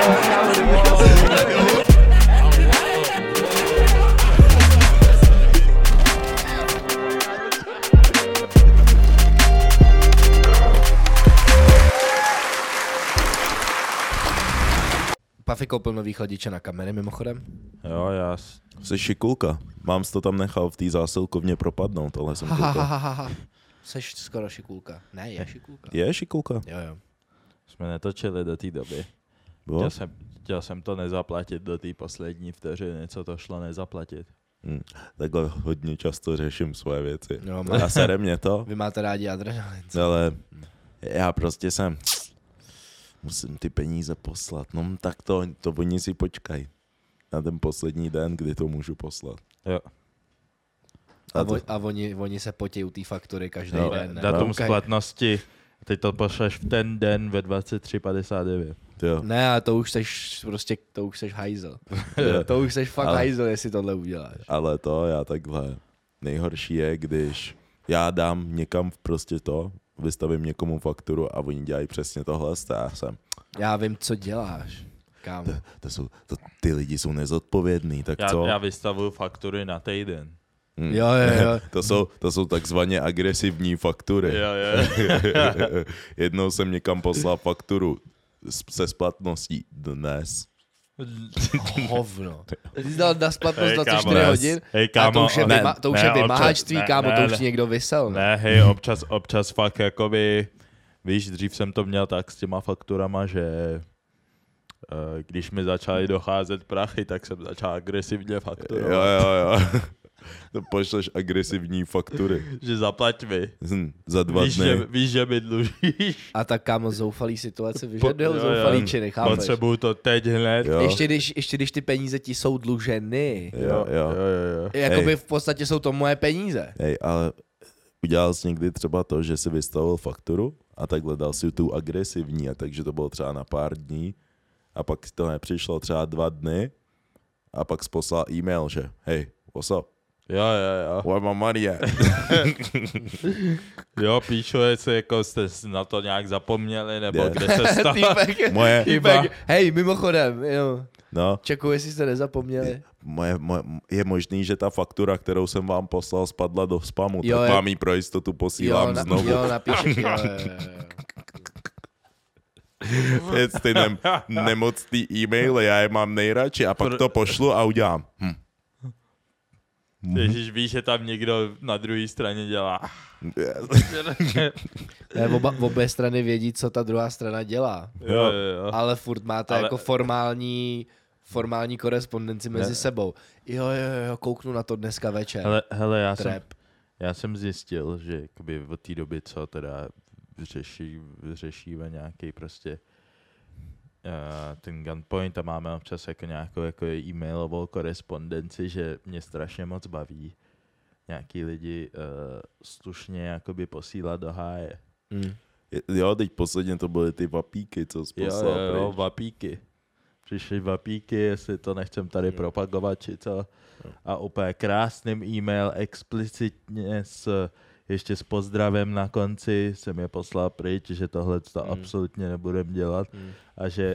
Pafy koupil nový chladiče na kamery mimochodem. Jo, já. Jsi šikulka. Mám to tam nechal v té zásilkovně propadnout, tohle jsem koukal. Seš skoro šikulka. Ne, je šikulka. Je šikulka? Jo. Jsme netočili do té doby. Chtěl jsem to nezaplatit do té poslední vteřiny, co to šlo nezaplatit. Takhle hodně často řeším svoje věci. Jo, a sere mě to. Vy máte rádi adrenalin. Ale já prostě musím ty peníze poslat. No tak to oni si počkají. Na ten poslední den, kdy to můžu poslat. Jo. A oni se potí u té faktury každý den. Ne? Datum splatnosti, teď to pošleš v ten den ve 23:59. Jo. Ne, a to už seš hajzel. To už seš fakt hajzel, jestli tohle uděláš. Ale já takhle. Nejhorší je, když já dám někam prostě vystavím někomu fakturu a oni dělají přesně tohle. Já vím, co děláš. Kámo. Ty lidi jsou nezodpovědný, tak co? Já vystavuju faktury na týden. Jo. To jsou takzvaně agresivní faktury. Jo. Jednou jsem někam poslal fakturu se splatností dnes. Hovno. Ty jsi dal na splatnost 24 hodin kámo, a to už je vymahačství, kámo, to už někdo vysel. Ne, hej, občas fakt jakoby, víš, dřív jsem to měl tak s těma fakturama, že když mi začaly docházet prachy, tak jsem začal agresivně fakturovat. Jo. To pošleš agresivní faktury. Že zaplať mi. Za 2 dny. Víš, že mi dlužíš. A tak kámo, zoufalý situace vyžadují zoufalý činy, chápeš? Potřebuju to teď hned. Ještě když ty peníze ti jsou dluženy. Jo. Jakoby v podstatě jsou to moje peníze. Hej, ale udělal jsi někdy třeba to, že si vystavil fakturu a takhle dal si tu agresivní, a takže to bylo třeba na pár dní a pak to nepřišlo třeba 2 dny a pak jsi poslal e-mail, že hej, what's up? Jo. Where my money at? Jo, píšu, jestli jako jste na to nějak zapomněli, nebo kde se stalo. Týpek, hej, mimochodem, jo. No. Čekuji, jestli jste nezapomněli. Je možný, že ta faktura, kterou jsem vám poslal, spadla do spamu, tak vám ji pro jistotu posílám znovu. Jo, napíšeš, jo. Ty nemocný e-maily, já je mám nejradši a pak to pošlu a udělám. Ježíš, víš, že tam někdo na druhé straně dělá. Obě strany vědí, co ta druhá strana dělá. Jo. Ale furt máte jako formální korespondenci mezi sebou. Jo, kouknu na to dneska večer. Hele, já jsem zjistil, že od té doby, co teda řešíme nějaký prostě ten gunpoint a máme občas jako nějakou jako e-mailovou korespondenci, že mě strašně moc baví nějaký lidi slušně jakoby posílat do háje. Jo, teď posledně to byly ty vapíky, co jsi poslal. Jo, vapíky. Přišli vapíky, jestli to nechcem tady propagovat, či co. A úplně krásným e-mail, explicitně ještě s pozdravem na konci jsem je poslal pryč, že tohle to absolutně nebudem dělat a že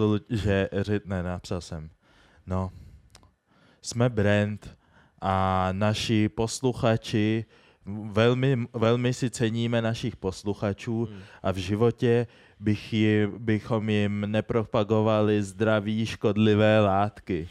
napsal jsem, no, jsme brand a naši posluchači, velmi si ceníme našich posluchačů a v životě bychom jim nepropagovali zdraví škodlivé látky.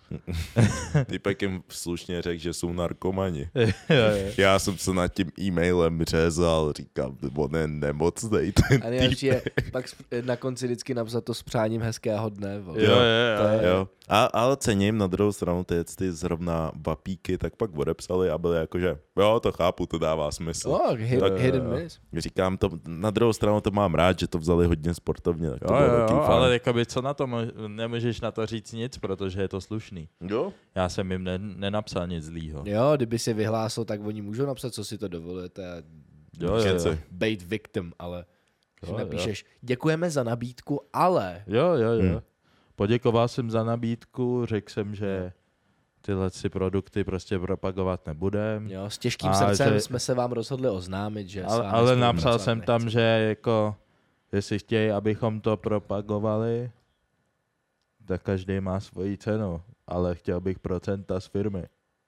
Typek jim slušně řekl, že jsou narkomani. Já jsem se nad tím e-mailem řezal, říkám, on je nemocnej. A nejlepší je pak na konci vždycky napsat to s přáním hezkého dne. Jo. Ale cením na druhou stranu ty zrovna vapíky, tak pak odepsali a byli jako, že jo, to chápu, to dává smysl. Hit and miss. Říkám, to, na druhou stranu to mám rád, že to vzali hodně sportovně. Tak to ale jakoby, co na to, nemůžeš na to říct nic, protože je to slušný. Jo? Já jsem jim nenapsal nic zlýho. Jo, kdyby si vyhlásil, tak oni můžou napsat, co si to dovolujete. Jo. Bait victim, ale když napíšeš, děkujeme za nabídku, ale... Jo. Poděkoval jsem za nabídku, řekl jsem, že tyhle produkty prostě propagovat nebudem. Jo, s těžkým srdcem jsme se vám rozhodli oznámit, že... Ale napsal jsem tam, že jako, jestli chtějí, abychom to propagovali, tak každý má svoji cenu, ale chtěl bych procenta z firmy.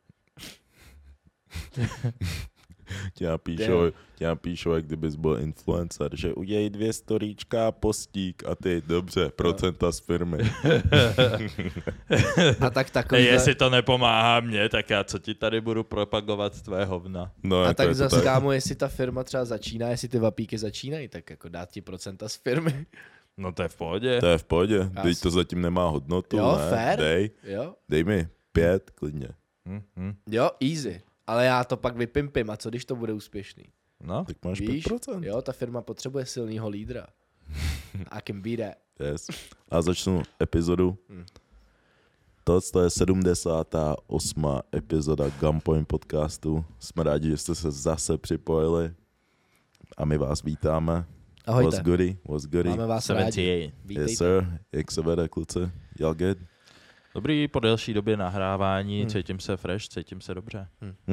Ti napíšou, jak kdybys byl influencer, že udělej 2 storíčka, postík a ty, dobře, procenta z firmy. A tak takový. Jestli to nepomáhá mně, tak já co ti tady budu propagovat tvé hovna. No, A jako tak je to zase, kámo, jestli ta firma třeba začíná, jestli ty vapíky začínají, tak jako dát ti procenta z firmy. No to je v pohodě. To je v pohodě, teď to zatím nemá hodnotu, Jo, ne? fair. Jo. Dej mi 5, klidně. Jo, easy. Ale já to pak vypimpím. A co když to bude úspěšný? No, Tak máš Víš? 5%. Jo, ta firma potřebuje silného lídra. I can be that. Yes. A začnu epizodu. To je 78. epizoda Gunpoint podcastu. Jsme rádi, že jste se zase připojili. A my vás vítáme. Ahojte. What's goody? Máme vás rádi. 78. Vítejte. Yes, sir. Jak se vede, kluci? Y'all good? Dobrý, po delší době nahrávání, cítím se fresh, cítím se dobře.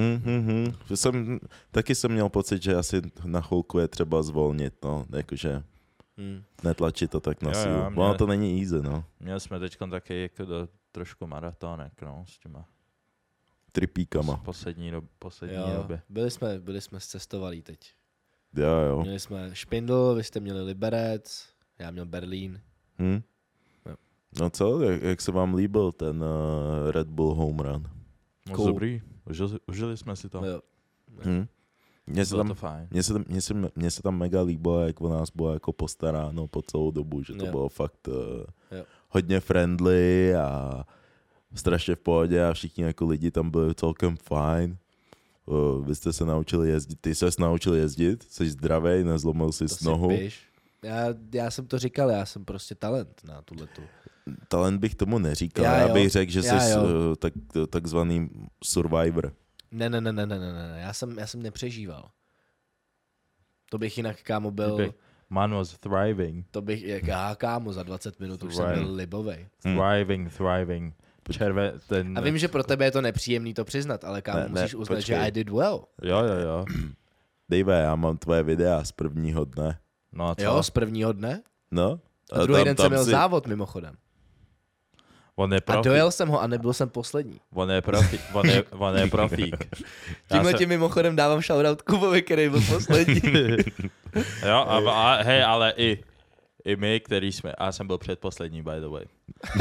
Taky jsem měl pocit, že asi na chvilku je třeba zvolnit, no, jakože netlačit to tak na Jo, sílu. jo, Ono to není easy, no. Měli jsme teď taky jako trošku maratonek, no, s těma Tripíkama. poslední Jo, době. byli jsme zcestovali teď. Jo. Měli jsme Špindl, vy jste měli Liberec, já měl Berlín. Jo. No co, jak se vám líbil ten Red Bull home run? Moc Cool. dobrý, užili jsme si to. Jo. Mně se Bylo tam to fajn. Mně se tam mega líbilo, jak o nás bylo jako postaráno po celou dobu, že to Jo. bylo fakt Jo. hodně friendly a strašně v pohodě a všichni jako lidi tam byli celkem fajn. Vy jste se naučili jezdit, ty ses naučil jezdit, jsi zdravej, nezlomil jsi To s si nohu. piš. Já jsem to říkal, já jsem prostě talent na tuhletu. Talent bych tomu neříkal, Já já jo. bych řekl, že Já jsi jo. takzvaný survivor. Ne, já jsem nepřežíval. To bych jinak, kámo, byl, Man was thriving. to bych, kámo, za 20 minut už jsem Right. byl libovej. Thriving. A vím, že pro tebe je to nepříjemný to přiznat, ale kámo, Ne, musíš uznat, počkej. že I did well. Jo. Dejve, já mám tvoje videa z prvního dne. No a co? Jo, z prvního dne. No? A druhý den jsem měl si- závod, mimochodem. On je A profík. dojel jsem ho a nebyl jsem poslední. On je profík. Tímhle tím mimochodem dávám shoutout Kubovi, který byl poslední. Jo, hej, ale i my, který jsme, já jsem byl předposlední, by the way.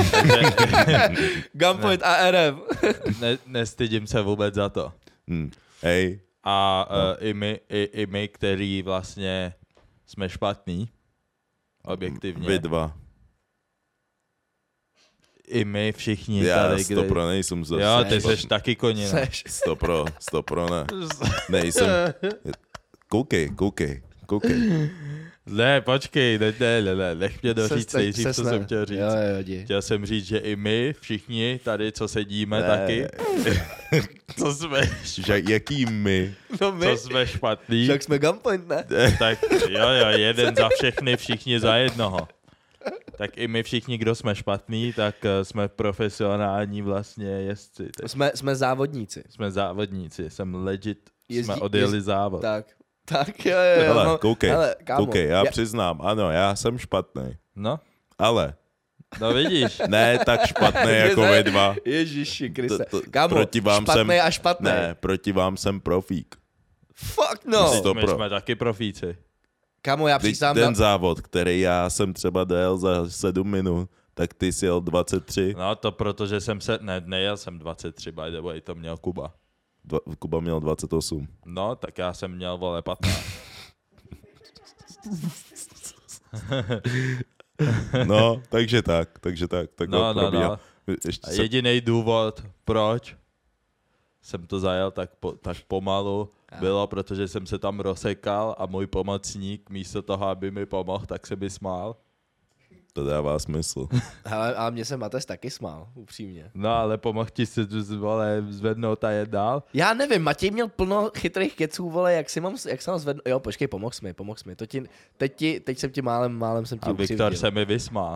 Gunpoint ARF. Nestydím se vůbec za to. Hej, A i my, který vlastně jsme špatní, objektivně. vy dva. I my všichni Já tady, kde... stopro nejsem zase. Jo, ty jsi taky konina. Seš. Stopro ne. Nejsem. Koukej. Ne, počkej, ne, nech mě doříct nejdřív, co jsem chtěl říct. Jo, jdi. Chtěl jsem říct, že i my všichni tady, co sedíme taky, co jsme, Jaký my? No my, co jsme špatný, však jsme Gunpoint, ne? tak jo, jeden za všechny, všichni za jednoho. Tak i my všichni, kdo jsme špatný, tak jsme profesionální vlastně jezdci. teď. Jsme závodníci. Jsme závodníci, jsem legit, jsme Jezdí- odjeli závod. Tak jo. Hele, no, koukej, hele, kámo, já přiznám, ano, já jsem špatný. No, Ale no vidíš. ne tak špatný jako vy dva. Ježiši Kriste. To- Kámo, proti vám špatnej jsem- a špatnej. Ne, proti vám jsem profík. Fuck no. Stop. My jsme taky profíci. Kámo, já Teď přísám ten závod, který já jsem třeba dojel za 7 minut, tak ty jsi jel 23. No to protože jsem nejel jsem 23, by the way, to měl Kuba. Kuba měl 28. No, tak já jsem měl, vole, 15. No, takže tak No. probíhá. Ještě A se, jediný důvod, proč jsem to zajel tak pomalu, bylo, protože jsem se tam rozsekal a můj pomocník místo toho, aby mi pomohl, tak se mi smál. to dává smysl. Hele, ale mě se Mates taky smál, upřímně. No, ale pomohl ti se, vole, zvednout a jet dál. Já nevím, Matěj měl plno chytrých keců, vole, jak se mám zvednout. Jo, počkej, pomohl mi. Teď jsem ti málem jsem ti A Viktor ukřivdil. se mi vysmál.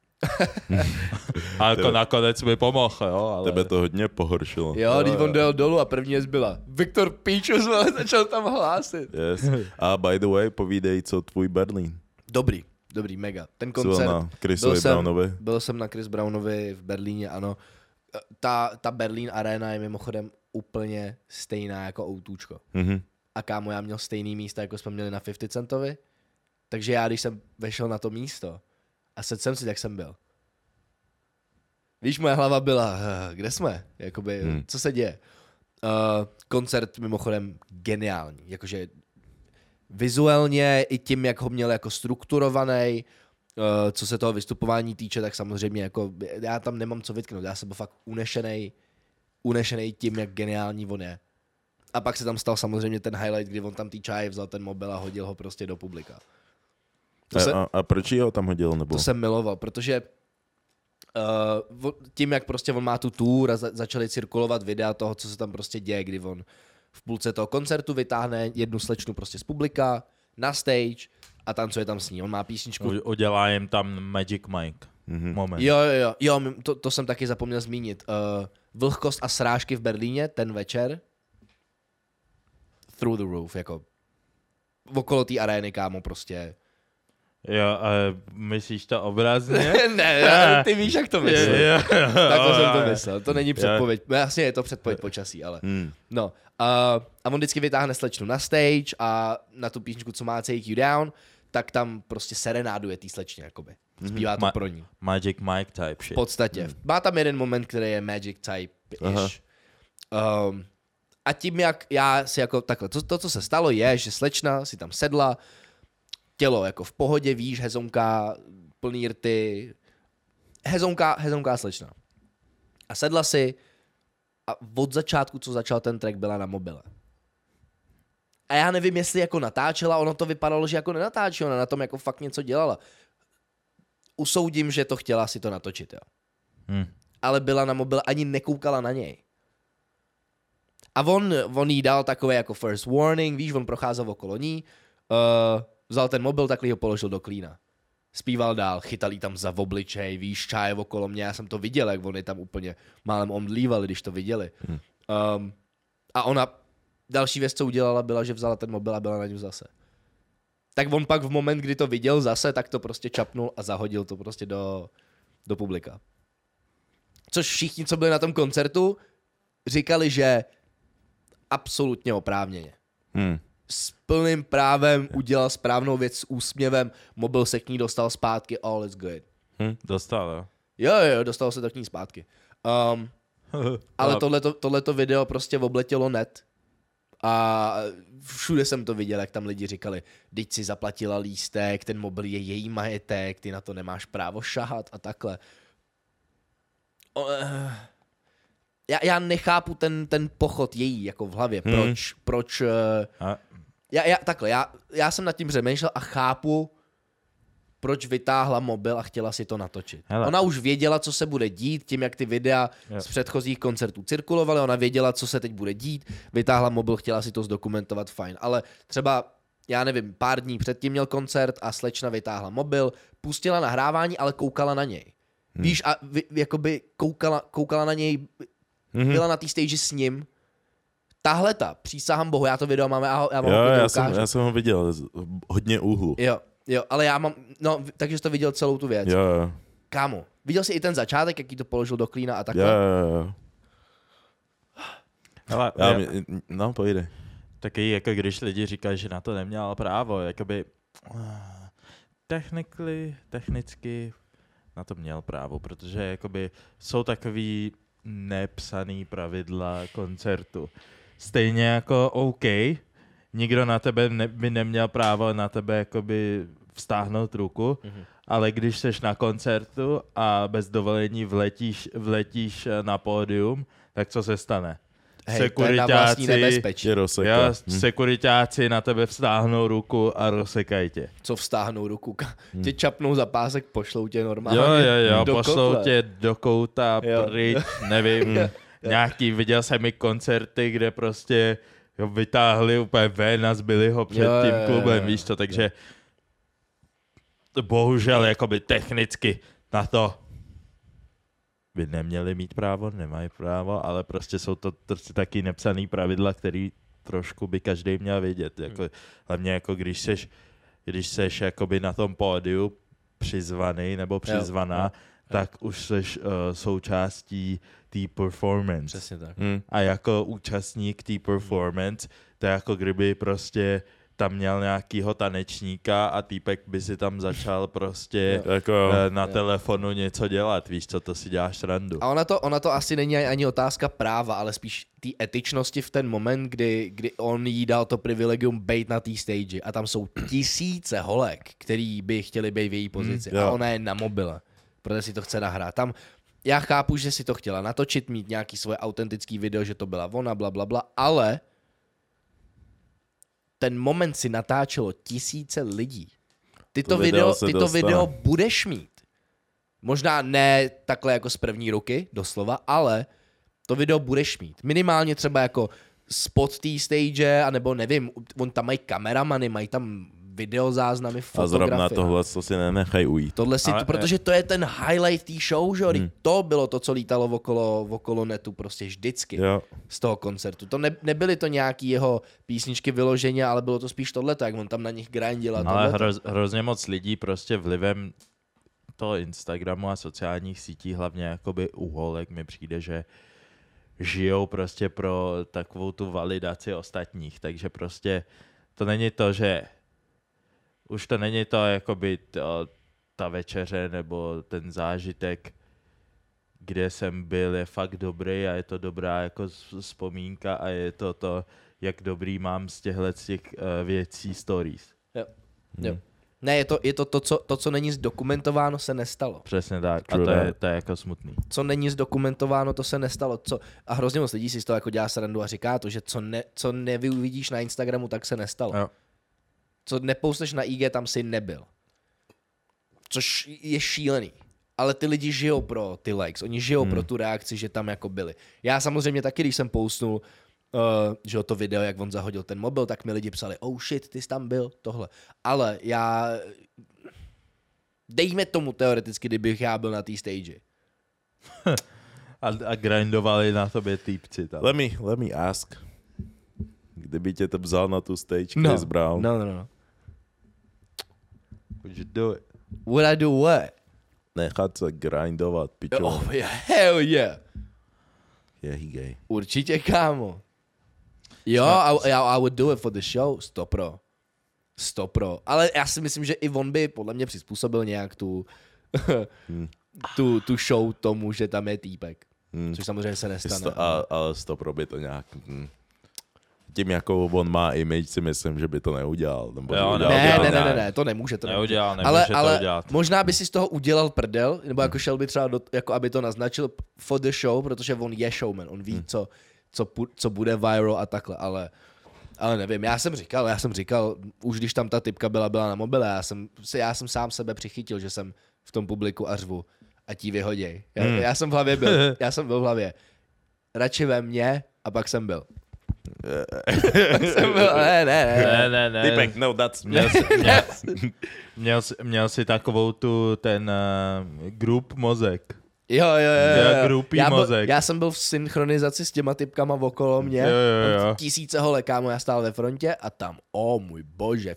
A jako nakonec mi pomohl, jo, ale... Tebe to hodně pohoršilo. Jo, když on dojel dolů a první jezd byla Viktor Píčus, ale začal tam hlásit. Yes. A by the way, povídej, co tvůj Berlín. Dobrý. dobrý, mega. Ten koncert, na Chrisovi Brownovi. Byl jsem na Chris Brownovi v Berlíně, ano. Ta Berlín Arena je mimochodem úplně stejná jako O2čko. Mhm. A kámo, já měl stejný místo, jako jsme měli na 50 Centovi. Takže já, když jsem vešel na to místo a sedl jsem si, tak jsem byl. Víš, moje hlava byla, kde jsme? Jakoby, co se děje? Koncert mimochodem geniální. Jakože vizuálně i tím, jak ho měl jako strukturovaný, co se toho vystupování týče, tak samozřejmě jako, já tam nemám co vytknout. Já jsem byl fakt unešenej tím, jak geniální on je. A pak se tam stal samozřejmě ten highlight, kdy on tam tý čáje vzal ten mobil a hodil ho prostě do publika. A proč ho tam hodil? Nebo? To jsem miloval, protože tím, jak prostě on má tu tour a začali cirkulovat videa toho, co se tam prostě děje, kdy on v půlce toho koncertu vytáhne jednu slečnu prostě z publika na stage a tancuje tam s ní. On má písničku. Udělá jim tam Magic Mike. Moment. Jo, to jsem taky zapomněl zmínit. Vlhkost a srážky v Berlíně ten večer. Through the roof, jako okolo té arény, kámo, prostě. Jo, myslíš to obrazně? Ne, ty víš, jak to myslím. Takhle jsem to myslel. To není předpověď. Jasně je to předpověď počasí, ale. No. A on vždycky vytáhne slečnu na stage a na tu písničku, co má Take You Down, tak tam prostě serenáduje tý slečně, jakoby. Zpívá to pro ní. Magic Mike type shit. V podstatě. Má tam jeden moment, který je Magic type-ish. A tím, jak já si jako takhle, to, co se stalo, je, že slečna si tam sedla, tělo jako v pohodě, víš, hezonká, plný rty, hezonká slečna. A sedla si a od začátku, co začal ten track, byla na mobile. A já nevím, jestli jako natáčela, ono to vypadalo, že jako nenatáčí, ona na tom jako fakt něco dělala. Usoudím, že to chtěla si to natočit, jo. Ale byla na mobile, ani nekoukala na něj. A on jí dal takové jako first warning, víš, on procházel okolo ní, vzal ten mobil, takhle ho položil do klína. Zpíval dál, chytal jí tam za obličej, víš, čáje okolo mě, já jsem to viděl, jak on je tam úplně málem omdlívali, když to viděli. A ona, další věc, co udělala, byla, že vzala ten mobil a byla na něm zase. Tak on pak v moment, kdy to viděl zase, tak to prostě čapnul a zahodil to prostě do publika. Což všichni, co byli na tom koncertu, říkali, že absolutně oprávněně. S plným právem udělal správnou věc s úsměvem, mobil se k ní dostal zpátky, all is good. Dostal, jo? Jo, dostal se to k ní zpátky. Ale tohleto video prostě obletělo net a všude jsem to viděl, jak tam lidi říkali, teď si zaplatila lístek, ten mobil je její majetek, ty na to nemáš právo šahat a takhle. Já nechápu ten pochod její jako v hlavě. Proč já jsem nad tím přemýšlel a chápu, proč vytáhla mobil a chtěla si to natočit. Hele. Ona už věděla, co se bude dít, tím, jak ty videa z předchozích koncertů cirkulovaly, ona věděla, co se teď bude dít, vytáhla mobil, chtěla si to zdokumentovat, fajn. Ale třeba, já nevím, pár dní předtím měl koncert a slečna vytáhla mobil, pustila nahrávání, ale koukala na něj. Víš, a jakoby koukala na něj, byla na té stage s ním. Tahleta, přísahám Bohu, já to video mám, já jsem ho viděl, hodně úhlu. Jo, ale já mám, takže jsi to viděl celou tu věc. Jo. Kámo, viděl jsi i ten začátek, jaký to položil do klína a takhle? Jo. Ale, pojde. Taky jako když lidi říkají, že na to neměla právo, jakoby technicky na to měl právo, protože jakoby jsou takový nepsaný pravidla koncertu. Stejně jako OK, nikdo na tebe by neměl právo na tebe jakoby vztáhnout ruku, ale když seš na koncertu a bez dovolení vletíš na pódium, tak co se stane? Sekuritáci na tebe vztáhnou ruku a rozsekají tě. Co vztáhnou ruku? Tě čapnou za pásek, pošlou tě normálně. Jo, pošlou tě do kouta, pryč, nevím. Nějaký, viděl jsem i koncerty, kde prostě vytáhli úplně ven a zbyli ho před tím klubem, víš to, takže bohužel jakoby technicky na to by neměli mít právo, nemají právo, ale prostě jsou to prostě taky nepsaný pravidla, který trošku by každý měl vědět. Jako, hlavně jako když seš jakoby na tom pódiu, přizvaný nebo přizvaná, tak už seš součástí té performance. Přesně tak. A jako účastník té performance, to je jako kdyby prostě tam měl nějakýho tanečníka a týpek by si tam začal prostě na telefonu něco dělat, víš co, to si děláš srandu. A ona to asi není ani otázka práva, ale spíš té etičnosti v ten moment, kdy on jí dal to privilegium bejt na té stage a tam jsou tisíce holek, který by chtěli být v její pozici a ona je na mobile, protože si to chce nahrát. Tam já chápu, že si to chtěla natočit, mít nějaký svoje autentický video, že to byla ona, blablabla, ale ten moment si natáčelo tisíce lidí. Ty to video budeš mít. Možná ne takhle jako z první ruky, doslova, ale to video budeš mít. Minimálně třeba jako spot té stage, anebo nevím, on tam mají kameramany, mají tam videozáznamy, fotografie. A zrovna tohle, co si nenechají ujít. Tohle si, protože to je ten highlight té show, že? To bylo to, co lítalo okolo netu prostě vždycky z toho koncertu. To nebyly to nějaký jeho písničky vyloženě, ale bylo to spíš tohleto, jak on tam na nich grindil. Ale hrozně moc lidí prostě vlivem toho Instagramu a sociálních sítí, hlavně jakoby u holek mi přijde, že žijou prostě pro takovou tu validaci ostatních, takže prostě to není to, že už to není to, jakoby ta večeře nebo ten zážitek, kde jsem byl, je fakt dobrý a je to dobrá jako vzpomínka a je to, jak dobrý mám z těch věcí stories. Jo. Ne, je to, co není zdokumentováno, se nestalo. Přesně tak. A to je jako smutný. Co není zdokumentováno, to se nestalo. A hrozně moc lidí si z toho jako dělá srandu a říká to, že co nevyuvidíš na Instagramu, tak se nestalo. Jo. Co neposteš na IG, tam si nebyl. Což je šílený. Ale ty lidi žijou pro ty likes, oni žijou pro tu reakci, že tam jako byli. Já samozřejmě taky, když jsem postnul že to video, jak on zahodil ten mobil, tak mi lidi psali, oh shit, ty jsi tam byl, tohle. Ale dejme tomu teoreticky, kdybych já byl na té stage. a grindovali na tobě týpci tam. Let me ask. Kdyby tě to vzal na tu stage Chris Brown. No. Would you do it? Would I do what? Nechat se grindovat, pičo. Oh yeah, hell yeah. Je he gay. Určitě, kámo. Jo, I would do it for the show, 100%. Ale já si myslím, že i on by podle mě přizpůsobil nějak tu show tomu, že tam je týpek. Což samozřejmě se nestane. Ale 100% by to nějak... Tím, jakou on má image, si myslím, že by to neudělal. Ne, to nemůže. Ale možná by si z toho udělal prdel, nebo jako šel by třeba, jako aby to naznačil for the show, protože on je showman, on ví, co bude viral a takhle, ale nevím, já jsem říkal, už když tam ta typka byla na mobile, já jsem sám sebe přichytil, že jsem v tom publiku a řvu a ti vyhoděj. Já jsem byl v hlavě, radši ve mně a pak jsem byl. Ne. Typek, no, that's... Měl jsi takovou ten group mozek. Jo. Mozek. Já jsem byl v synchronizaci s těma typkama okolo mě. Jo. Tisíce holek, kámo, já stál ve frontě a tam, můj bože,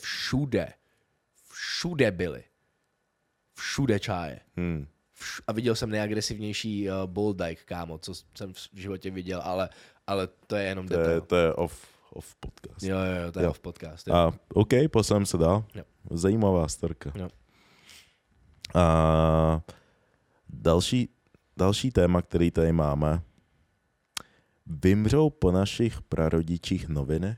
všude byli. Všude čáje. A viděl jsem nejagresivnější bull dyke, kámo, co jsem v životě viděl, ale to je jenom detail. To je off podcast. Jo, to je off podcast. Jo. A OK, poslám se dál. Jo. Zajímavá storka. Jo. A další téma, který tady máme. Vymřou po našich prarodičích noviny?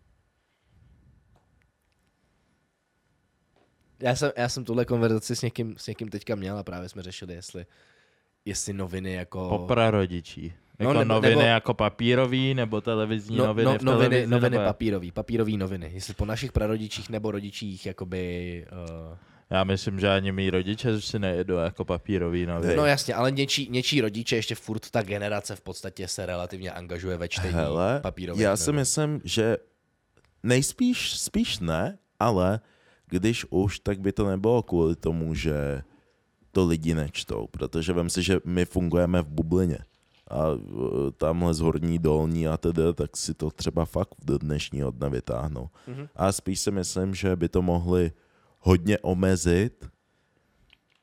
Já jsem tuhle konverzaci s někým teďka měl a právě jsme řešili, jestli noviny jako... Po prarodičí. Jako noviny jako papírový, nebo televizní noviny v televizi? Noviny papírový noviny. Jestli po našich prarodičích nebo rodičích, jakoby... Já myslím, že ani mý rodiče si nejedou jako papírový noviny. No jasně, ale něčí rodiče, ještě furt ta generace v podstatě se relativně angažuje ve čtení papírových já novin. si myslím, že spíš ne, ale když už, tak by to nebylo kvůli tomu, že to lidi nečtou, protože vem si, že my fungujeme v bublině a tamhle z horní, dolní a tedy, tak si to třeba fakt do dnešního dne vytáhnou. A spíš si myslím, že by to mohli hodně omezit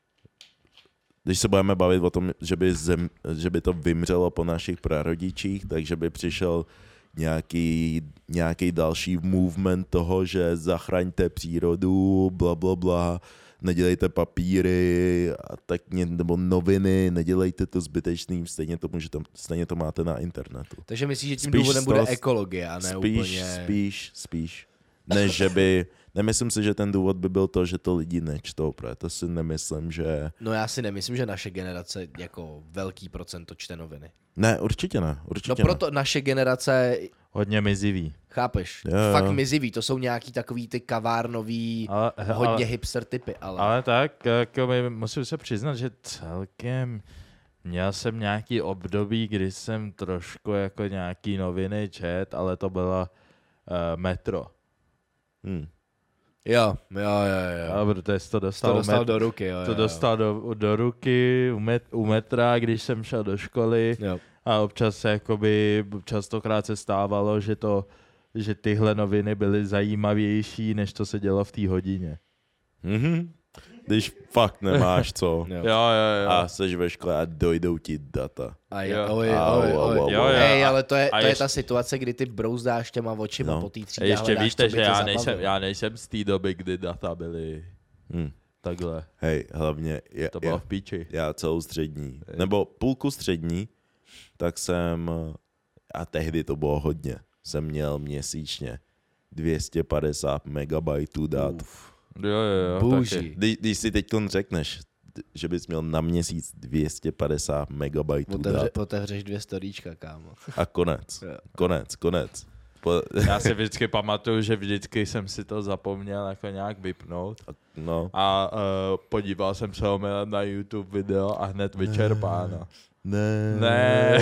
když se budeme bavit o tom, že by to vymřelo po našich prarodičích, takže by přišel nějaký další movement toho, že zachraňte přírodu, bla, bla, bla, nedělejte papíry, a tak nebo noviny, nedělejte to zbytečným, stejně to máte na internetu. Takže myslíš, že tím důvodem bude ekologie a ne úplně... Spíš. Nemyslím si, že ten důvod by byl to, že to lidi nečtou, protože to si nemyslím, že... No já si nemyslím, že naše generace jako velký procento čte noviny. Ne, určitě ne. No proto naše generace... Hodně mizivý. Chápeš? Jo. Fakt mizivý, to jsou nějaký takový ty kavárnový, hodně hipster typy, ale... Ale tak, jako musím se přiznat, že celkem měl jsem nějaký období, kdy jsem trošku jako nějaký noviny čet, ale to byla Metro. Jo. A protože jsi to dostal do ruky, jo. To dostal do ruky u metra, když jsem šel do školy. Jo. A občas častokrát se stávalo, že tyhle noviny byly zajímavější, než to se dělo v té hodině. Když fakt nemáš co. Jo. A seš ve škole a dojdou ti data. Hej, ale to je ta situace, kdy ty brouzdáš těma očima po té třídě. Ještě víte, že já nejsem z té doby, kdy data byly takhle. Hej, hlavně to bylo v píči. Já celou střední, nebo půlku střední, tak jsem, a tehdy to bylo hodně, jsem měl měsíčně 250 megabajtů dat. Jo. Bůží. Když si teď řekneš, že bys měl na měsíc 250 megabajtů dat. Otevřeš 2 storíčka, kámo. A konec. Já si vždycky pamatuju, že vždycky jsem si to zapomněl jako nějak vypnout. No. A podíval jsem se omylem na YouTube video a hned vyčerpáno. Ne.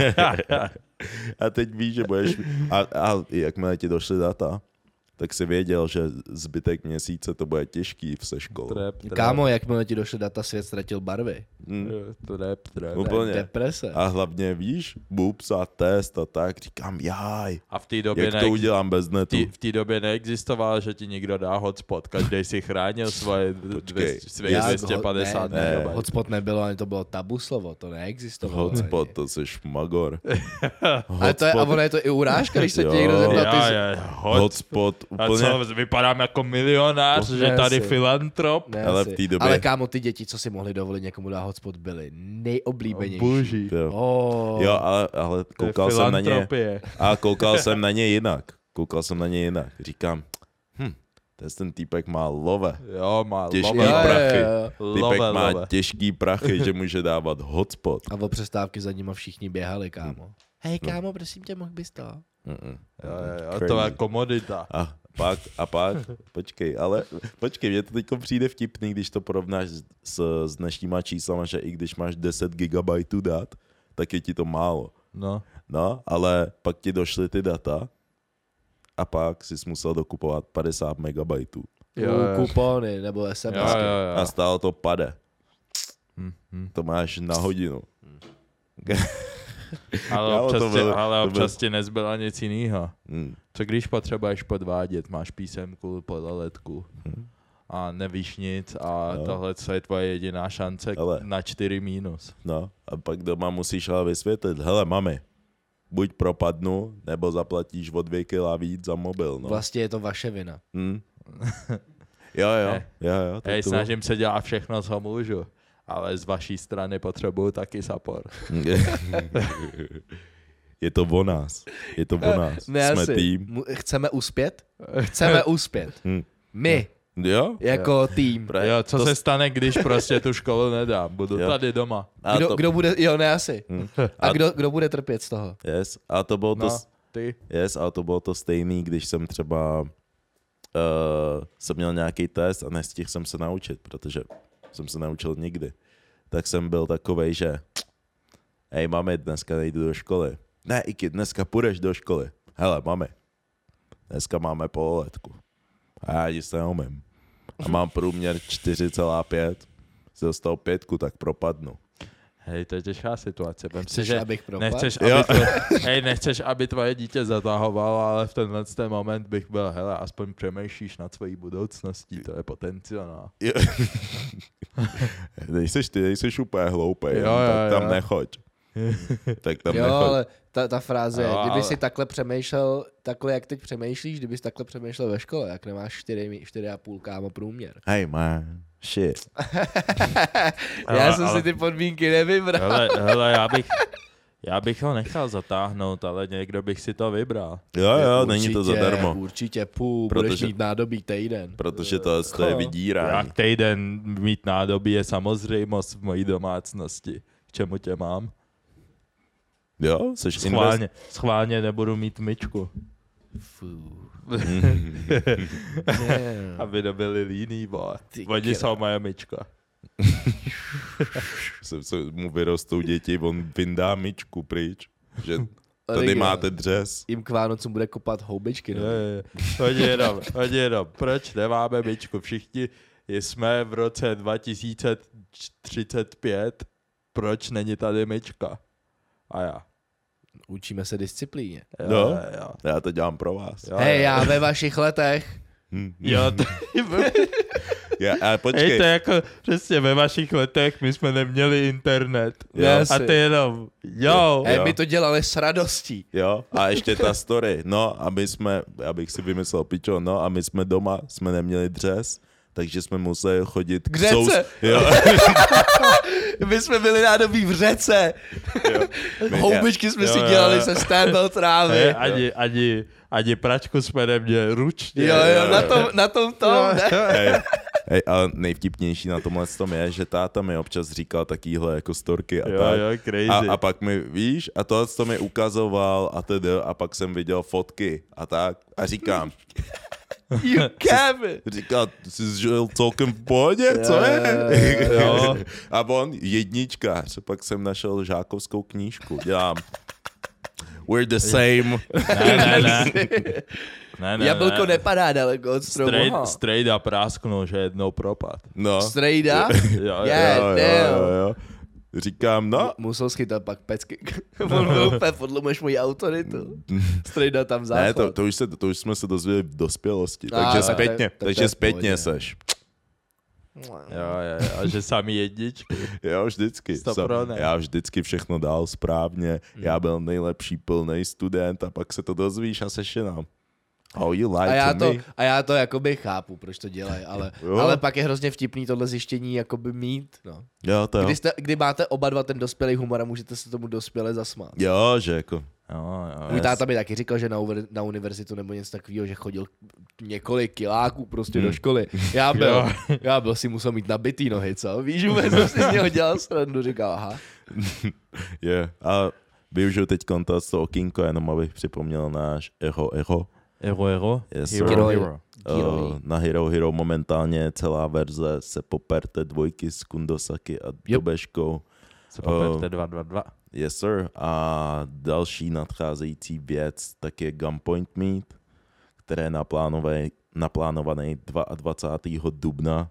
A teď víš, že budeš... A jakmile ti došly data, tak si věděl, že zbytek měsíce to bude těžký se školou. Kámo, jakmile ti došly data, svět ztratil barvy. Úplně. Deprese. A hlavně víš, budu psát test a tak, říkám jaj. A v té době jak to udělám bez netu? V té době neexistovalo, že ti někdo dá hotspot. Každý si chránil svoje 250 MB. Hotspot nebylo, ani to bylo tabu slovo, to neexistovalo. Hotspot, to jsi šmagor. A ono je to i urážka, když se ti někdo zeptá. Hotspot úplně. A co, vypadám jako milionář, že tady filantrop? Ale v té době... Ale kámo, ty děti, co si mohli dovolit někomu dát hotspot, byly nejoblíbenější. Boží. Jo, ale koukal jsem na ně. A koukal jsem na ně jinak. Říkám, ten týpek má love. Jo, má těžký love. prachy. Love. Týpek má těžký prachy, že může dávat hotspot. A o přestávky za nima všichni běhali, kámo. Hej, kámo, prosím tě, mohl bys to? Jo, to je komodita. A pak, počkej, mně to teď přijde vtipný, když to porovnáš s dnešníma číslama, že i když máš 10 gigabajtů dat, tak je ti to málo. No, ale pak ti došly ty data a pak jsi musel dokupovat 50 megabajtů. Kupony nebo SMS. A stálo to pade. To máš na hodinu. Ale občas ti nezbyla nic jinýho. Co když potřebuješ podvádět, máš písemku podle letku a nevíš nic a tohle je tvoje jediná šance na 4 mínus. No a pak doma musíš ale vysvětlit, hele mami, buď propadnu, nebo zaplatíš o 2 kila víc za mobil. No. Vlastně je to vaše vina. Jo. Snažím se dělat všechno, co můžu. Ale z vaší strany potřebuju taky support. Je to o nás. Jsme tým. Chceme uspět? My. Jo? Jako tým. Jo, co se stane, když prostě tu školu nedám? Budu tady doma. Kdo bude, ne asi. A kdo bude trpět z toho? Yes, a to bylo ty. Yes, a to bylo to stejný, když jsem třeba jsem měl nějaký test a nestihl jsem se naučit, protože jsem se naučil nikdy. Tak jsem byl takovej, že hej mami, dneska nejdu do školy. Ne, Iky, dneska půjdeš do školy. Hele, mami, dneska máme pololetku. A já nic neumím. A mám průměr 4,5. Jsi dostal 5, tak propadnu. Hej, to je těžká situace. Chceš, abych propadl? Nechceš, aby tvoje dítě zatahovalo, ale v tenhle moment bych byl, hele, aspoň přemýšlíš nad svojí budoucností, to je potenciál. nejseš úplně hloupej, Jo, tak jo, tam jo. nechoď. Tak tam Jo, nechoď. ale ta fráze, Jo, kdyby ale- si takhle přemýšlel, takhle jak teď přemýšlíš, kdybys takhle přemýšlel ve škole, jak nemáš 4,5 kámo průměr. Hey man, shit. Já jsem ale- si ty podmínky nevybral. Hele, já bych ho nechal zatáhnout, ale někdo bych si to vybral. Jo, není to zadarmo. Určitě, budeš Protože- mít nádobí týden. Protože to je vydírání. Jak týden mít nádobí je samozřejmost v mojí domácnosti. K čemu tě mám? Jo, seš Schválně nebudu mít myčku. Aby nebyli líný, bo. Ty Oni kro- jsou moje myčka. se mu vyrostou děti, on vyndá myčku pryč. Že tady Originál. máte dřez. Jim k Vánocům bude kopat houbičky. No? Oni jenom, proč nemáme myčku? Všichni jsme v roce 2035, proč není tady myčka? A já. Učíme se disciplíně. No. Já to dělám pro vás. Hej, já ve vašich letech. Jo, Ale počkej. hej, to je jako přesně ve vašich letech my jsme neměli internet. Jo. A ty jenom, jo. Hej, my to dělali s radostí. Jo, a ještě ta story. No, a my jsme, já bych si vymyslel, pičo, no, a my jsme doma, jsme neměli dřez, takže jsme museli chodit K řece. Jo, My jsme byli nádobí v řece. Houbičky jsme Jo, si jo, dělali jo. se stébel trávy. Hej, ani pračku jsme neměli ručně. Jo, na tom, ne? hej, ale nejvtipnější na tomhle tom je, že táta mi občas říkal takýhle jako storky a Jo, tak. jo, crazy. A pak mi, víš, a tohle to mi ukazoval a tedy, a pak jsem viděl fotky a tak. A říkám, You Kevin. říkal, jsi žil celkem v pohodě, co je? Jo. A on, jedničkář, pak jsem našel žákovskou knížku, dělám, we're the same. Ne. Jablko nepadá daleko od stromu. aha. Straight up prásknul, že jednou propad. No. Strejda? Jo, Yeah, damn. jo. Říkám, no, Musel schytat pak pecky. On byl úplně, podlomeš moji autoritu. Strejda tam záchod. ne, to už jsme se dozvěděli v dospělosti, A, takže tak zpětně, to je takže v zpětně pohodě. seš. Jo, že sami jedničky. Jo, vždycky. 100%. Já vždycky všechno dal správně, já byl nejlepší plnej student a pak se to dozvíš a seš jenom. Oh, you lied to me. A já to jakoby chápu, proč to dělají, ale pak je hrozně vtipný tohle zjištění jakoby mít, no. Jo, to jo. Kdy máte oba dva ten dospělý humor a můžete se tomu dospěle zasmát. Jo, že jako. Jo. Můj táta mi taky říkal, že na univerzitu nebo něco takového, že chodil několik kiláků prostě do školy. Já byl si musel mít nabitý nohy, co? Víš, vůbec jsem si z něho dělal srandu, říkal, aha. Je. A využiju teď kontakt to okýnko, jenom abych připomněl náš Eho. Hero. Yes, Hero. sir. Na Hero momentálně celá verze se poperte dvojky s Kundosaki a Dobeškou. Se poperte 222. Yes, sir. A další nadcházející věc tak je Gunpoint Meet, které je naplánovaný 22. dubna.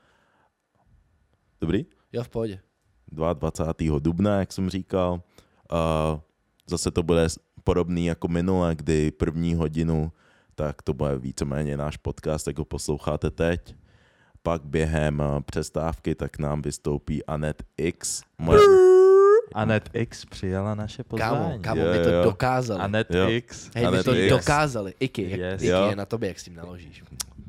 Dobrý? Jo, v pohodě. 22. dubna, jak jsem říkal. Zase to bude podobný jako minule, kdy první hodinu, tak to bude víceméně náš podcast, jak ho posloucháte teď. Pak během přestávky tak nám vystoupí Anet X. Anet X přijala naše pozvání. Kámo, Jo, my to jo. dokázali. Anet Jo. X. Hej, my Anet to X. dokázali. Iky Yes. Jo. je na tobě, jak s tím naložíš.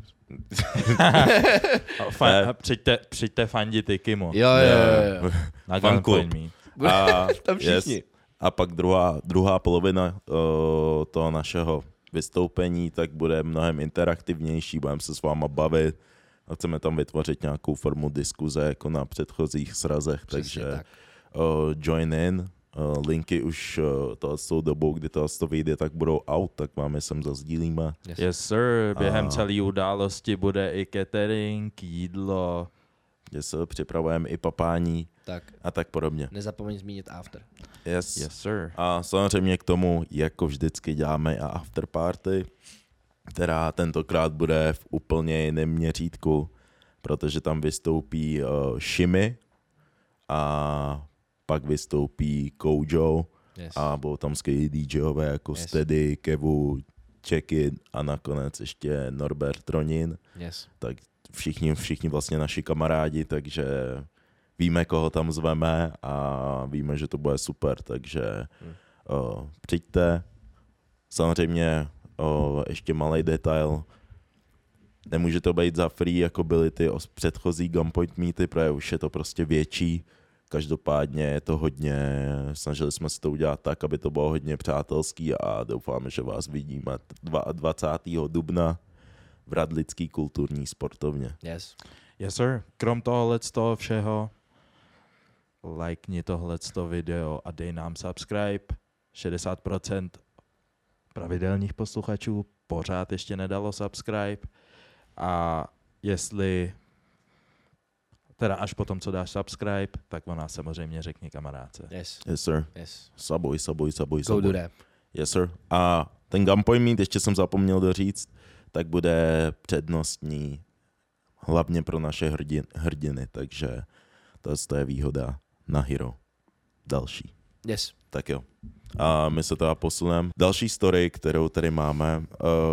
Přijďte fandit Ikimu. Jo. Na Fan Gunpoint club. Meet. A, Tam všichni. yes. A pak druhá polovina toho našeho vystoupení tak bude mnohem interaktivnější, budeme se s váma bavit a chceme tam vytvořit nějakou formu diskuze jako na předchozích srazech, Přesně takže tak. join in. Linky už s tou dobou, kdy to vyjde, tak budou out, tak vám je sem zazdílíme. Yes, sir. Během A- celé události bude i catering, jídlo. Kde se připravujeme i papání Tak, a tak podobně. nezapomeň zmínit after. Yes. Yes, sir. A samozřejmě k tomu, jako vždycky děláme a afterparty, která tentokrát bude v úplně jiném měřítku, protože tam vystoupí Shimi a pak vystoupí Kojo Yes. a budou tam skvělí DJové jako Yes. Steady, Kevu, Check-in a nakonec ještě Norbert Ronin, Yes. tak všichni vlastně naši kamarádi, takže víme, koho tam zveme a víme, že to bude super, takže přijďte. Samozřejmě ještě malý detail, nemůže to být za free, jako byly ty předchozí Gunpoint meety, protože už je to prostě větší. Každopádně je to hodně, snažili jsme se to udělat tak, aby to bylo hodně přátelský a doufáme, že vás vidíme 22. dubna v Radlický kulturní sportovně. Yes. Yes, sir. Krom toho všeho, lajkni tohleto video a dej nám subscribe. 60% pravidelných posluchačů pořád ještě nedalo subscribe. A jestli teda až potom, co dáš subscribe, tak o nás samozřejmě řekni kamarádce. Yes. Yes, sir. Yes. Sabuj. Go do that. Yes, sir. A ten Gunpoint meet, ještě jsem zapomněl doříct, tak bude přednostní hlavně pro naše hrdiny, takže to je výhoda na Hero. Další. Yes. Tak jo. A my se teda posuneme. Další story, kterou tady máme.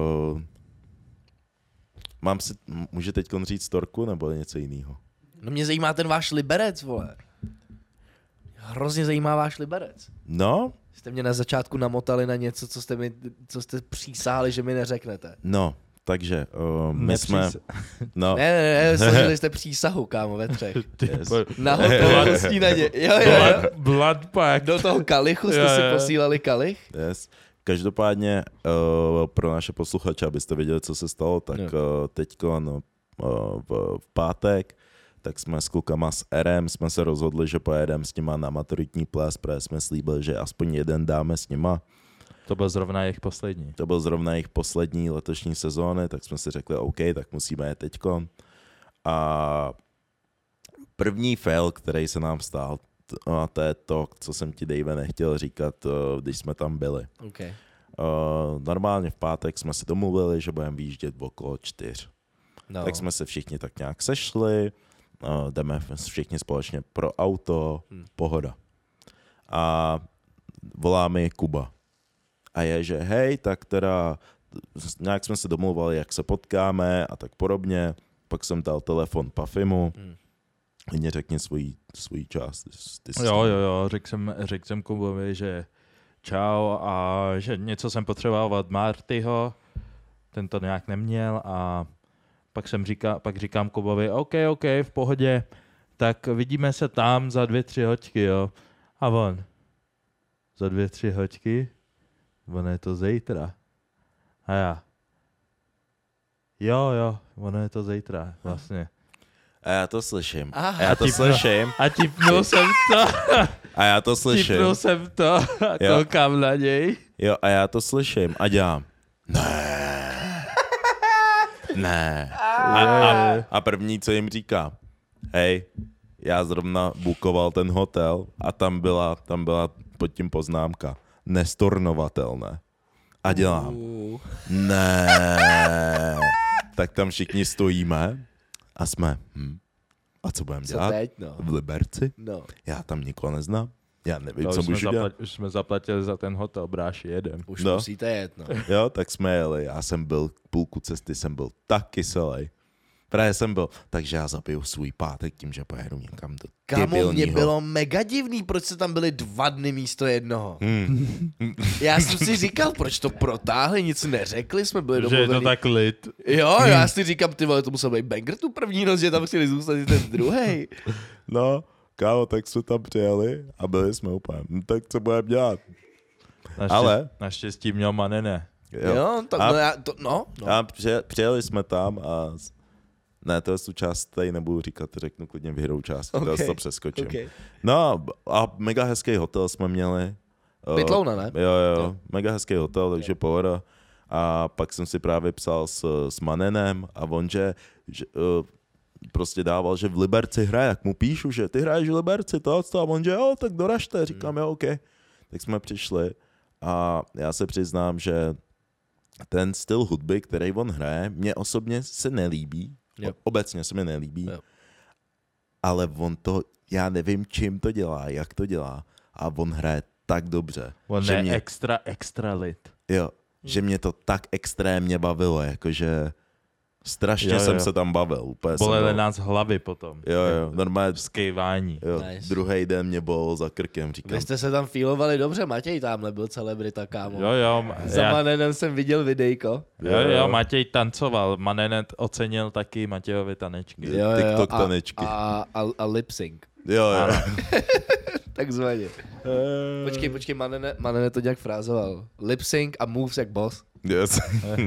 Může teď říct storku nebo něco jiného? No mě zajímá ten váš Liberec, vole. Hrozně zajímá váš Liberec. No. Jste mě na začátku namotali na něco, co jste přísáhli, že mi neřeknete. No, takže my jsme... No. Ne, složili jste přísahu, kámo, ve třech. Yes. Na hotelu snídaně. Jo. Blood pack. Do toho kalichu jste si posílali kalich? Yes. Každopádně pro naše posluchače, abyste věděli, co se stalo, tak teďko v pátek, tak jsme s klukama s RM jsme se rozhodli, že pojedeme s nima na maturitní ples, protože jsme slíbili, že aspoň jeden dáme s nima. To byl zrovna jejich poslední. To byl zrovna jejich poslední letošní sezóny, tak jsme si řekli, OK, tak musíme je teďko. A první fail, který se nám stal, a to je to, co jsem ti, Dave, nechtěl říkat, když jsme tam byli. Okay. Normálně v pátek jsme si domluvili, že budeme výjíždět okolo 4. No. Tak jsme se všichni tak nějak sešli, jdeme všichni společně pro auto, pohoda. A volá mi Kuba. A je, že hej, tak teda nějak jsme se domluvali, jak se potkáme a tak podobně. Pak jsem dal telefon Pafimu. Mě řekni svůj část. Jo, řekl jsem Kubovi, že čau a že něco jsem potřeboval od Martyho, ten to nějak neměl a pak říkám Kubovi, OK, v pohodě, tak vidíme se tam za 2-3 hoďky, jo. A on, za 2-3 hoďky? Ono je to zítra. A já, jo, ono je to zítra, vlastně. A já to slyším. Aha. A já to slyším. A tipnul jsem to. A já to slyším. Tipnul jsem to a koukám na něj. Jo, a já to slyším a dělám. Ne. A první, co jim říká, hej, já zrovna bukoval ten hotel a tam byla pod tím poznámka. Nestornovatelné. A dělám. Ne. Tak tam všichni stojíme a jsme. A co budeme dělat? Teď, no? V Liberci? No. Já tam nikoho neznám. Já nevím, No, co můžu dělat. Už jsme zaplatili za ten hotel, bráši, jedem. Už musíte jet, no. Jo, tak jsme jeli. Já jsem byl, půlku cesty jsem byl tak kyselej. Právě jsem byl, takže já zabiju svůj pátek tím, že pojedu někam do Kámo, mě debilního. bylo mega divný, proč se tam byli 2 dny místo jednoho. Já jsem si říkal, proč to protáhli, nic neřekli, jsme byli Že domluvený. je to tak lid. Jo, já si říkám, ty vole, to musel být banger tu první noc, že tam chtěli zůstat i ten druhej. No, kámo, tak jsme tam přijeli a byli jsme úplně, tak co budeme dělat? Naštěstí měl Manene. Jo, tak no. A přijeli jsme tam a ne, to je součást, tady nebudu říkat, řeknu klidně vyhrou část, to přeskočím. Okay. No a mega hezký hotel jsme měli. Pytlouna, ne? Jo, mega hezký hotel, takže pohoda. A pak jsem si právě psal s Manenem a on, že prostě dával, že v Liberci hraje, jak mu píšu, že ty hraješ v Liberci, to a on, že jo, tak doražte, říkám, jo, OK. Tak jsme přišli a já se přiznám, že ten styl hudby, který on hraje, mě osobně se nelíbí, obecně se mi nelíbí, ale on to, já nevím, čím to dělá, jak to dělá a on hraje tak dobře. On že je mě, extra lit. Jo, že mě to tak extrémně bavilo, jakože Strašně Jo, jsem jo. se tam bavil. Úplně jsem Bolely byl- nás hlavy potom. Jo, normálně. Skejvání. Jo, Nice. druhý den mě bolelo za krkem, říkám. Vy jste se tam feelovali dobře, Matěj tamhle byl celebrita, kámo. Jo, Za Manenem jsem viděl videjko. jo, Matěj tancoval. Manenet ocenil taky Matějovi tanečky. TikTok tanečky. A lip sync. Jo. Takzvaně. Počkej, Manene to nějak frázoval. Lip sync a moves jak boss. Yes.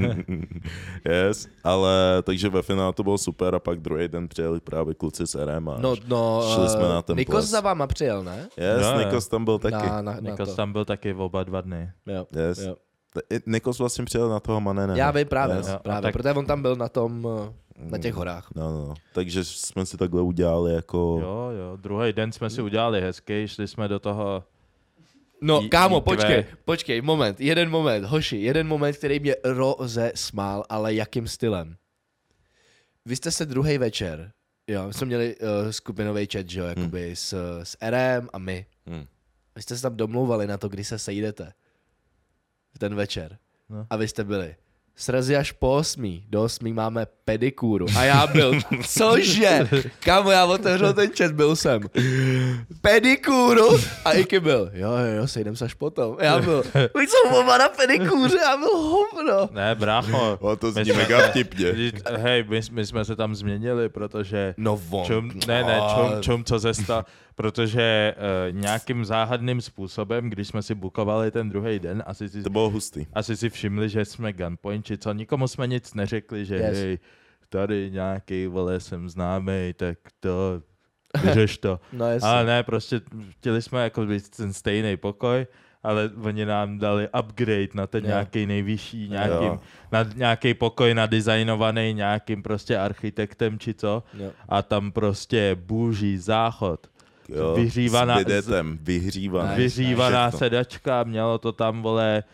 Yes, ale takže ve finále to bylo super a pak druhý den přijeli právě kluci s RM a šli jsme na ten Nikos ples. za váma přijel, ne? Yes, Jo, jo. Nikos tam byl taky. Na Nikos to. tam byl taky oba 2 dny. Jo, Yes. jo. Nikos vlastně přijel na toho Manene. Já vím právě, Yes. Jo, a právě, tak- protože on tam byl na tom, na těch horách. No. Takže jsme si takhle udělali jako... Jo, druhý den jsme si udělali hezky, šli jsme do toho... No, kámo, IQ. počkej, jeden moment, který mě rozesmál, ale jakým stylem. Vy jste se druhý večer, jo, my jsme měli skupinový chat, že jo, jakoby s RM a my. Vy jste se tam domlouvali na to, kdy se sejdete. Ten večer. No. A vy jste byli. Srazy až po 8. Do 8 máme pedikúru. A já byl, cože? Kámo, já otevřel ten chat, byl jsem. Pedikúru? A Iky byl, jo, sejdem se až potom. Já byl, my jsou oba na pedikúře, já byl hovno. Ne, brácho. O, to My zní jsme- mega vtipně. Hej, my jsme se tam změnili, protože... No von. Čum, co se stalo, protože nějakým záhadným způsobem, když jsme si bukovali ten druhý den, To bylo hustý. asi si všimli, že jsme gunpoint, či co, nikomu jsme nic neřekli, že Yes. hej, tady nějaký, vole, jsem známej, tak to, vyřeš to. No jasně. Ale ne, prostě chtěli jsme jako být ten stejný pokoj, ale oni nám dali upgrade na ten Jo. nějaký nejvyšší, Jo. na nějaký pokoj nadizajnovaný nějakým prostě architektem či co. Jo. A tam prostě bůží záchod. Jo, Vyhřívaná- s bidetem, vyhřívaná. Vyřívaná Všechno. sedačka, mělo to tam, vole,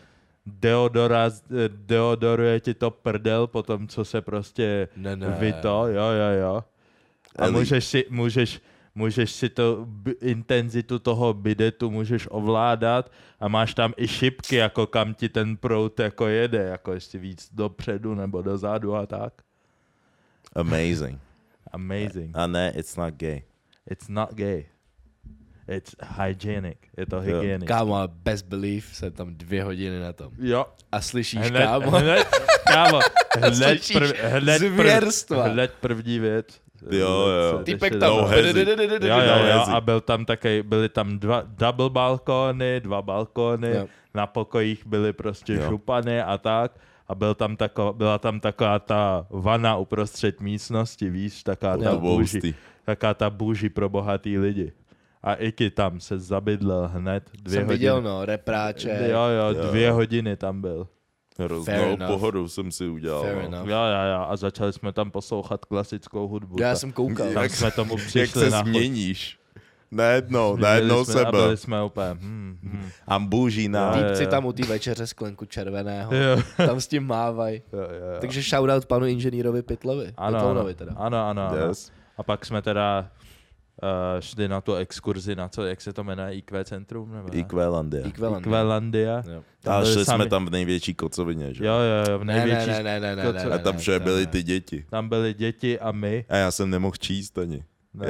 deodoruje ti to prdel po tom, co se prostě Ne. vyto, jo. A Eli. můžeš si to intenzitu toho bidetu můžeš ovládat a máš tam i šipky, jako kam ti ten proud jako jede, jako jestli víc dopředu nebo dozadu a tak. Amazing. Amazing. A ne, it's not gay. It's not gay. It's hygienic. Je to hygienic. Kámo, ale bez belief jsem tam 2 hodiny na tom. Jo. A slyšíš, Hned, kámo? kámo, Slyšíš zvěrstva. hned první věc. Jo. Týpek No tam. hezi. Jo, hezi. a byly tam 2 double balkóny, 2 balkóny, Jo. na pokojích byly prostě Jo. šupany a tak. A byla tam taková ta vana uprostřed místnosti, víš, taká ta To bylo bůži, hustý. taká ta bůži pro bohatý lidi. A Iky tam se zabydlel hned 2 Jsem hodiny. viděl, no, repráče. Jo, 2 hodiny tam byl. Fair Hroznou enough. pohodu jsem si udělal. Fair no. enough. Jo, a začali jsme tam poslouchat klasickou hudbu. Já jsem koukal. Tam jsme tomu Jak přišli se na chuť. změníš. Najednou se A byli byl. jsme úplně, Ambužina. Jo, jo. Týpci tam u té večeře sklenku červeného. Jo. Tam s tím mávají. Jo. Takže shoutout panu inženýrovi Pytlovi. Pytlounovi teda. Ano. Yes. A pak jsme teda šli na tu exkurzi na co, jak se to jmenuje, IQ centrum? Nebo ne? Equalandia. IQlandia. Jo. A byli šli jsme sami- tam v největší kocovině, že? Jo, v největší. A tam všude byly ty děti. Tam byly děti a my. A já jsem nemohl číst ani. Ne.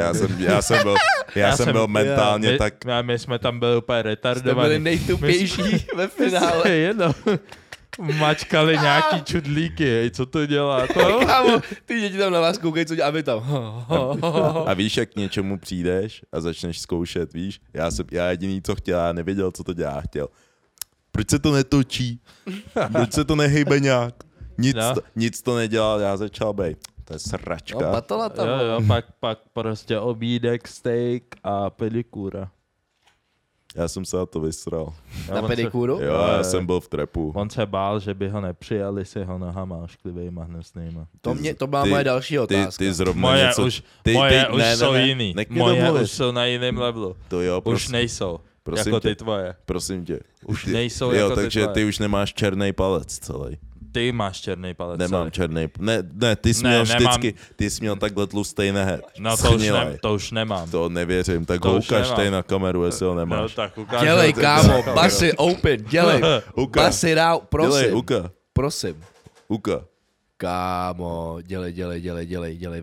Já jsem byl mentálně my, tak... my jsme tam byli úplně Jste byli retardovaní. nejtupější ve finále. Jenom mačkali nějaký čudlíky, hej, co to dělá? To? Kámo, ty děti tam na vás koukají, co dělá, a vy tam. A víš, jak k něčemu přijdeš a začneš zkoušet, víš? Já jediný, co chtěl, já nevěděl, co to dělá, chtěl. Proč se to netočí? Proč se to nehybe nějak? Nic to nedělal, já začal bejt. To je sračka. No, batola tam. Jo, pak prostě obídek, steak a pedikura. Já jsem se na to vysral. Na pedikúru? Jo, já jsem byl v trepu. On se bál, že by ho nepřijali si ho nohama ošklivejma hnusnýma. To byla moje další otázka. Ty zrovna Moje něco... už ne, jsou ne, jiný. nech mě Moje domluvit. už jsou na jiném levelu. To jo, Už prosím, nejsou. prosím Jako tě. ty tvoje. prosím tě. Už Ty- nejsou jo, jako ty takže tvoje. ty už nemáš černý palec celý. Ty máš černý palec. Nemám celý. černý. Ne, ty jsi Ne, měl nemám. vždycky, ty jsi měl takhle tlustej nehet. No to už nemám. To nevěřím, tak To ho už ukaž nemám. tady na kameru, jestli ho No nemáš. tak ukážu. Dělej, to kámo, na basy open, dělej. Uka. Basy out, Dělej, prosím. uka. Prosím. Uka. Kámo, dělej,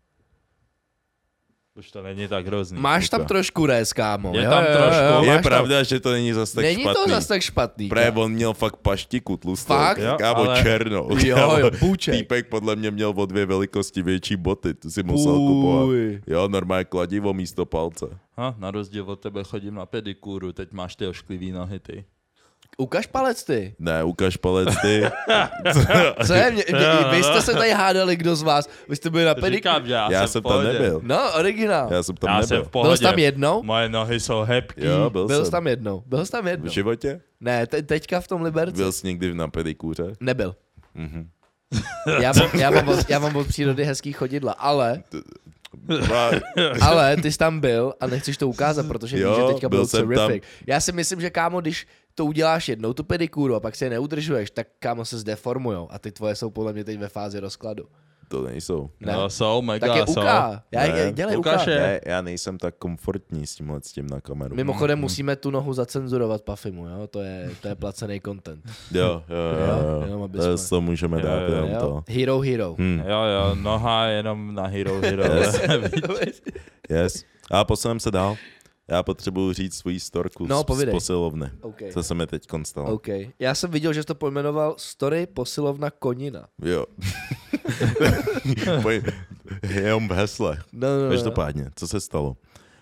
Už to není tak hrozný. Máš tam trošku rez, kámo. Je tam trošku. Je máš pravda, že to není zas tak Není špatný. to zas tak špatný. Právě on měl fakt paštiku tlustou. Fakt? Jo, Kámo, ale- černou. Jo, půjček. Týpek podle mě měl o 2 velikosti větší boty, tu si musel kupovat. Jo, normálně kladivo místo palce. Na rozdíl od tebe chodím na pedikúru, teď máš ty ošklivý nohy, ty. Ukaž palec ty. Ne, ukaž palec ty. Co je? Vy jste se tady hádali, kdo z vás. Vy jste byli na pedikůru. Říkám, že Já jsem tam nebyl. No, originál. Já jsem tam Já jsem nebyl. v pohodě. Byl jsi tam jednou? Moje nohy jsou hebký. Jo, Byl jsem. jsi tam jednou. V životě? Ne, teďka v tom Liberci. Byl jsi někdy na pedikůře? Nebyl. Mhm. Já mám od přírody hezký chodidla, ale Dva- ty jsi tam byl a nechceš to ukázat, protože víš, Jo, že teďka byl byl jsem terrific. Já si myslím, že kámo, když to uděláš jednou, tu pedikúru, a pak si je neudržuješ, tak kámo se zdeformujou a ty tvoje jsou podle mě teď ve fázi rozkladu. To nejsou. Ne? No, jsou, mega Tak je jsou. uká. Ne, Dělej ukáž uká. je. Ne, já nejsem tak komfortní s tím na kameru. Mimochodem musíme tu nohu zacenzurovat Pafimu, jo? To je placený content. Jo, jenom aby to, jsme- to můžeme dát Jo, jenom Jo? to. Hero. Jo, noha jenom na Hero. Yes. A posuneme se dál. Já potřebuji říct svoji storku No, z povídej. posilovny. Okay. Co se mi teď stalo. OK. Já jsem viděl, že jsi to pojmenoval Story posilovna konina. Jo. Jenom v hesle. No. Každopádně, co se stalo?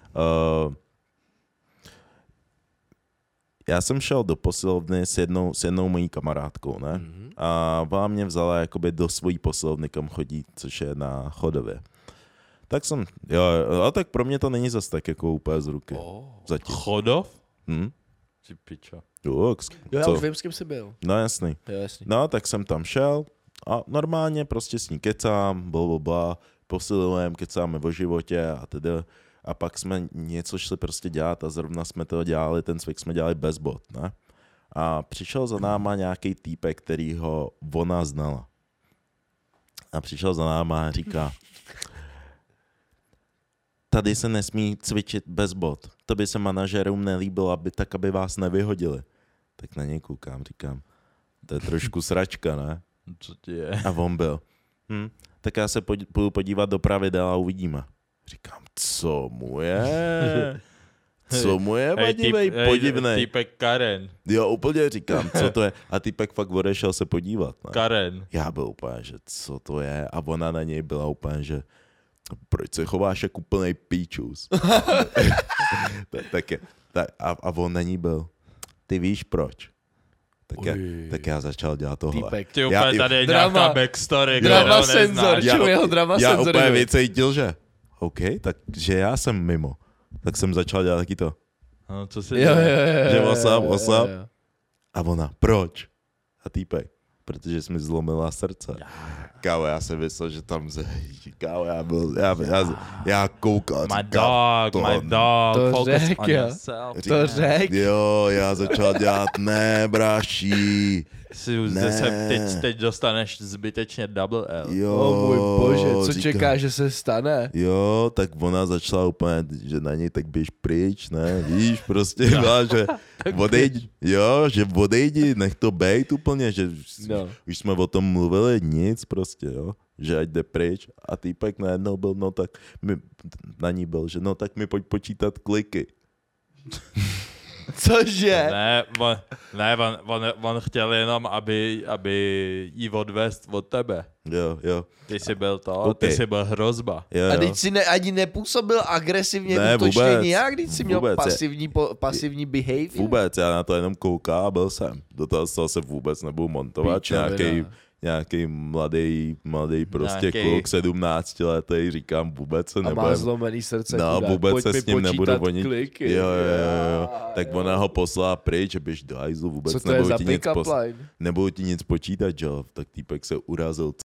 Já jsem šel do posilovny s jednou mojí kamarádkou, ne? Mhm. A ona mě vzala jakoby do svojí posilovny, kam chodí, což je na Chodově. Tak jsem, ale tak pro mě to není zas tak jako úplně z ruky. Zatím. Chodov? Hm? Ty pičo. Jo, já Co? už vím, s kým jsi byl. No jasný. Jo, jasný. No, tak jsem tam šel a normálně prostě s ní kecám, blablabla, posilujeme, kecáme o životě a teda. A pak jsme něco šli prostě dělat a zrovna jsme to dělali, ten cvik jsme dělali bez bot, ne? A přišel za náma nějaký týpek, který ho ona znala. A přišel za náma a říká, tady se nesmí cvičit bez bot. To by se manažerům nelíbilo, aby vás nevyhodili. Tak na něj koukám, říkám, to je trošku sračka, ne? Co ti je? A on byl. Tak já se půjdu podívat do pravidel a uvidíme. Říkám, co mu je? Co mu je, vadivej, podivnej? Týpek Karen. Jo, úplně říkám, co to je. A týpek fakt odešel se podívat. Ne? Karen. Já byl úplně, že co to je? A ona na něj byla úplně, že proč se chováš jak úplnej píčus? A on na ní byl. Ty víš proč? Tak já začal dělat tohle. Týpek. Ty úplně tady je Drama. nějaká backstory, Drama kterou senzor. neznáš. Čuj, jeho drama Já senzor. úplně vycítil, že OK, takže já jsem mimo. Tak jsem začal dělat taky to. No, co si Jo. Že what's up? Jo. A ona, proč? A týpek, protože jsi mi zlomila srdce. Kámo, já jsem myslel, že tam kámo, já koukal. My říkal, dog, To focus řek, on jo. yourself. To řek. Jo, já začal dělat, ne, bráší. Teď dostaneš zbytečně double L. Jo, O můj bože, co říkám, čekáš, že se stane? Jo, tak ona začala úplně, že na něj tak běž pryč, ne, víš, prostě byla, že odejdi, jo, že odejdi, nech to bejt úplně, že už jsme o tom mluvili, nic prostě, jo, že ať jde pryč a týpek najednou byl, no tak na ní byl, že no tak mi pojď počítat kliky. Cože? On chtěl jenom, aby jí odvést od tebe. Jo. Ty jsi byl to, Okay. ty jsi byl hrozba. Jo. A teď si ani nepůsobil agresivně Ne, útočně vůbec. nějak, když jsi měl Vůbec, pasivní behavior? Vůbec, já na to jenom koukal a byl jsem. Do toho se vůbec nebudu montovat. Nějaký mladý prostě kluk, 17 letý, říkám, vůbec se A má nebudem. zlomený srdce. No, chudák. vůbec Pojď se mi s ním nebudu počítat vonit. kliky. Jo. Tak ona ho poslala pryč, že běž do hajzlu, vůbec Co to je za nebudu ti nic pick-up line? nebudu ti nic počítat, jo. Tak týpek se urazil